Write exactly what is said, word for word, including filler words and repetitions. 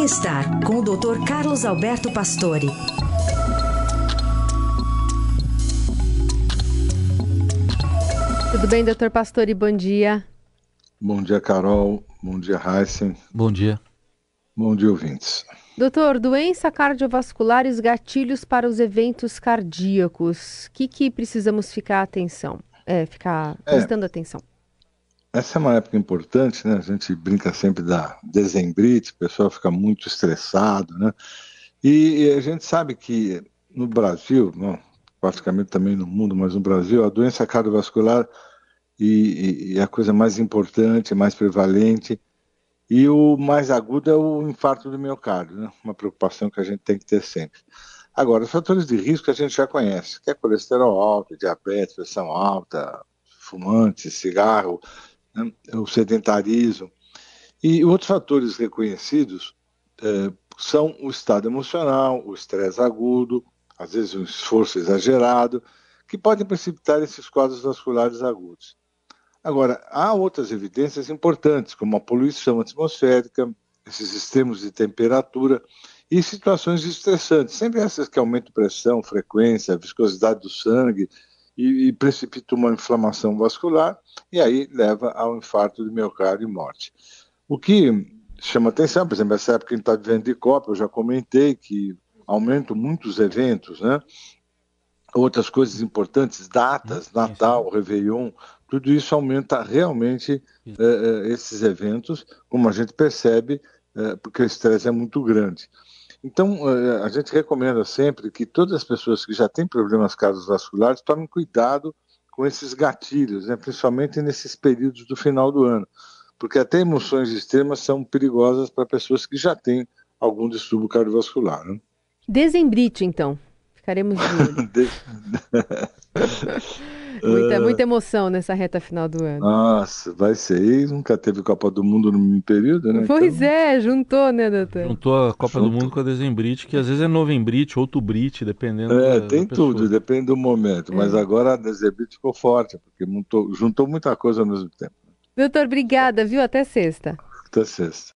Bem-estar, com o doutor Carlos Alberto Pastore. Tudo bem, doutor Pastore? Bom dia. Bom dia, Carol. Bom dia, Heisen. Bom dia. Bom dia, ouvintes. Doutor, doença cardiovascular e os gatilhos para os eventos cardíacos. O que, que precisamos ficar atenção? É, ficar prestando é, atenção. Essa é uma época importante, né? A gente brinca sempre da dezembrite, o pessoal fica muito estressado, né? E, e a gente sabe que no Brasil, não, praticamente também no mundo, mas no Brasil, a doença cardiovascular e, e, e a coisa mais importante, mais prevalente, e o mais agudo é o infarto do miocárdio, né? Uma preocupação que a gente tem que ter sempre. Agora, os fatores de risco a gente já conhece, que é colesterol alto, diabetes, pressão alta, fumante, cigarro, né? O sedentarismo. E outros fatores reconhecidos eh, são o estado emocional, o estresse agudo, às vezes um esforço exagerado, que podem precipitar esses quadros vasculares agudos. Agora, há outras evidências importantes, como a poluição atmosférica, esses extremos de temperatura e situações estressantes, sempre essas que aumentam pressão, frequência, viscosidade do sangue e, e precipitam uma inflamação vascular e aí leva ao infarto do miocárdio e morte. O que chama atenção, por exemplo, essa época que a gente está vivendo de Copa, eu já comentei que aumentam muitos eventos, né? Outras coisas importantes, datas, Natal, Réveillon, tudo isso aumenta realmente eh, esses eventos, como a gente percebe, eh, porque o estresse é muito grande. Então, eh, a gente recomenda sempre que todas as pessoas que já têm problemas cardiovasculares tomem cuidado com esses gatilhos, né, principalmente nesses períodos do final do ano, porque até emoções extremas são perigosas para pessoas que já têm algum distúrbio cardiovascular. Né? Dezembrite, então. Ficaremos de olho. de... muita, muita emoção nessa reta final do ano. Nossa, vai ser. E nunca teve Copa do Mundo no mesmo período, né? Pois então... é, juntou, né, doutor? Juntou a Copa Juntou. do Mundo com a dezembrite, que às vezes é novembrite, outubbrite, dependendo É, da, tem da tudo, pessoa. depende do momento. Mas É. agora a dezembrite ficou forte, porque juntou, juntou muita coisa ao mesmo tempo. Doutor, obrigada, viu? Até sexta. Até sexta.